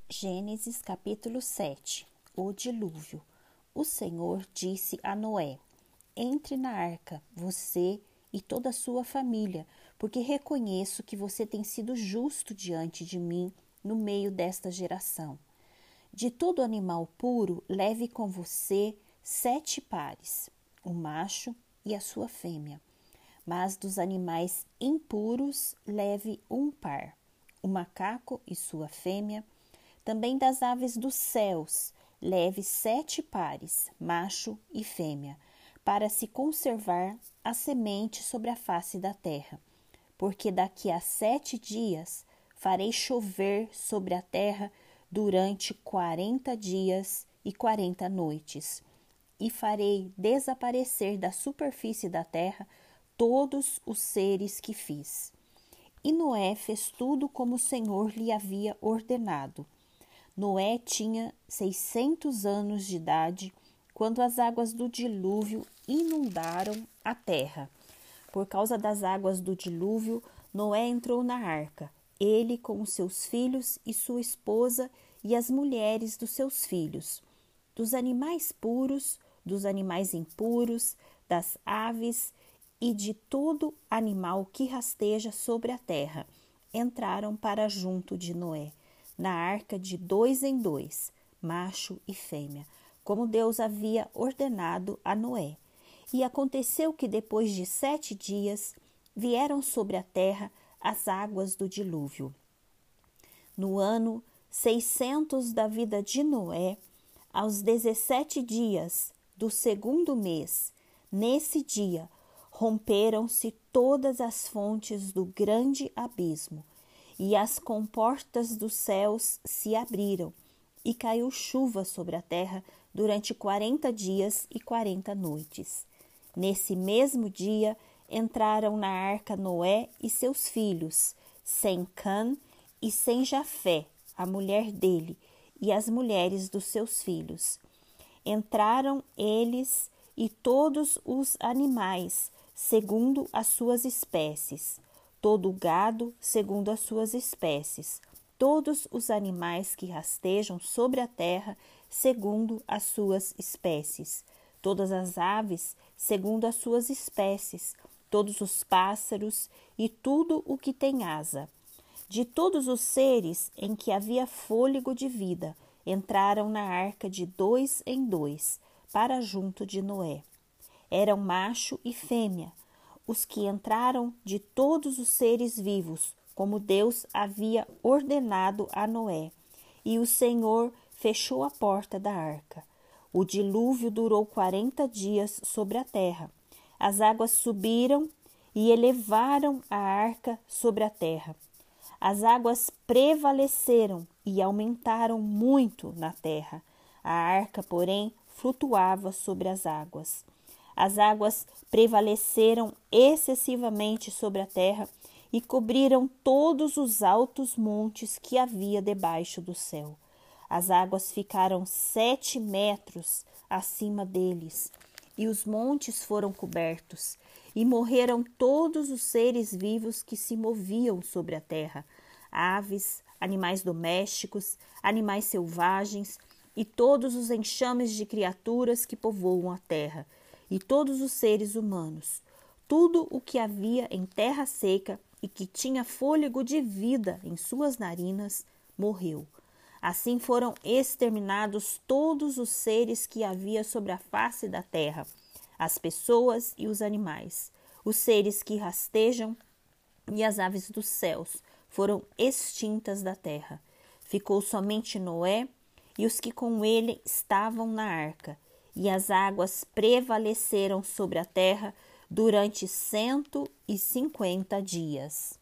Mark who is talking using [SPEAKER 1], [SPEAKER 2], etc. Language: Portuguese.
[SPEAKER 1] Gênesis capítulo 7. O dilúvio. O Senhor disse a Noé: entre na arca, você e toda a sua família, porque reconheço que você tem sido justo diante de mim no meio desta geração. De todo animal puro, leve com você 7 pares, o macho e a sua fêmea. Mas dos animais impuros, leve 1 par, o macaco e sua fêmea. Também das aves dos céus, leve 7 pares, macho e fêmea, para se conservar a semente sobre a face da terra. Porque daqui a 7 dias farei chover sobre a terra durante 40 dias e 40 noites, e farei desaparecer da superfície da terra todos os seres que fiz. E Noé fez tudo como o Senhor lhe havia ordenado. Noé tinha 600 anos de idade quando as águas do dilúvio inundaram a terra. Por causa das águas do dilúvio, Noé entrou na arca, ele com os seus filhos e sua esposa e as mulheres dos seus filhos, dos animais puros, dos animais impuros, das aves e de todo animal que rasteja sobre a terra, entraram para junto de Noé, na arca de 2 em 2, macho e fêmea, como Deus havia ordenado a Noé. E aconteceu que depois de 7 dias vieram sobre a terra as águas do dilúvio. No ano 600 da vida de Noé, aos 17 dias do 2º mês, nesse dia, romperam-se todas as fontes do grande abismo, e as comportas dos céus se abriram, e caiu chuva sobre a terra durante 40 dias e 40 noites. Nesse mesmo dia entraram na arca Noé e seus filhos, sem Cã e sem Jafé, a mulher dele, e as mulheres dos seus filhos. Entraram eles e todos os animais, segundo as suas espécies, todo o gado segundo as suas espécies, todos os animais que rastejam sobre a terra segundo as suas espécies, todas as aves segundo as suas espécies, todos os pássaros e tudo o que tem asa. De todos os seres em que havia fôlego de vida, entraram na arca de 2 em 2, para junto de Noé. Eram macho e fêmea, os que entraram de todos os seres vivos, como Deus havia ordenado a Noé. E o Senhor fechou a porta da arca. O dilúvio durou 40 dias sobre a terra. As águas subiram e elevaram a arca sobre a terra. As águas prevaleceram e aumentaram muito na terra. A arca, porém, flutuava sobre as águas. As águas prevaleceram excessivamente sobre a terra e cobriram todos os altos montes que havia debaixo do céu. As águas ficaram 7 metros acima deles, e os montes foram cobertos, e morreram todos os seres vivos que se moviam sobre a terra, aves, animais domésticos, animais selvagens, e todos os enxames de criaturas que povoam a terra, e todos os seres humanos. Tudo o que havia em terra seca e que tinha fôlego de vida em suas narinas, morreu. Assim foram exterminados todos os seres que havia sobre a face da terra, as pessoas e os animais, os seres que rastejam e as aves dos céus foram extintas da terra. Ficou somente Noé e os que com ele estavam na arca, e as águas prevaleceram sobre a terra durante 150 dias.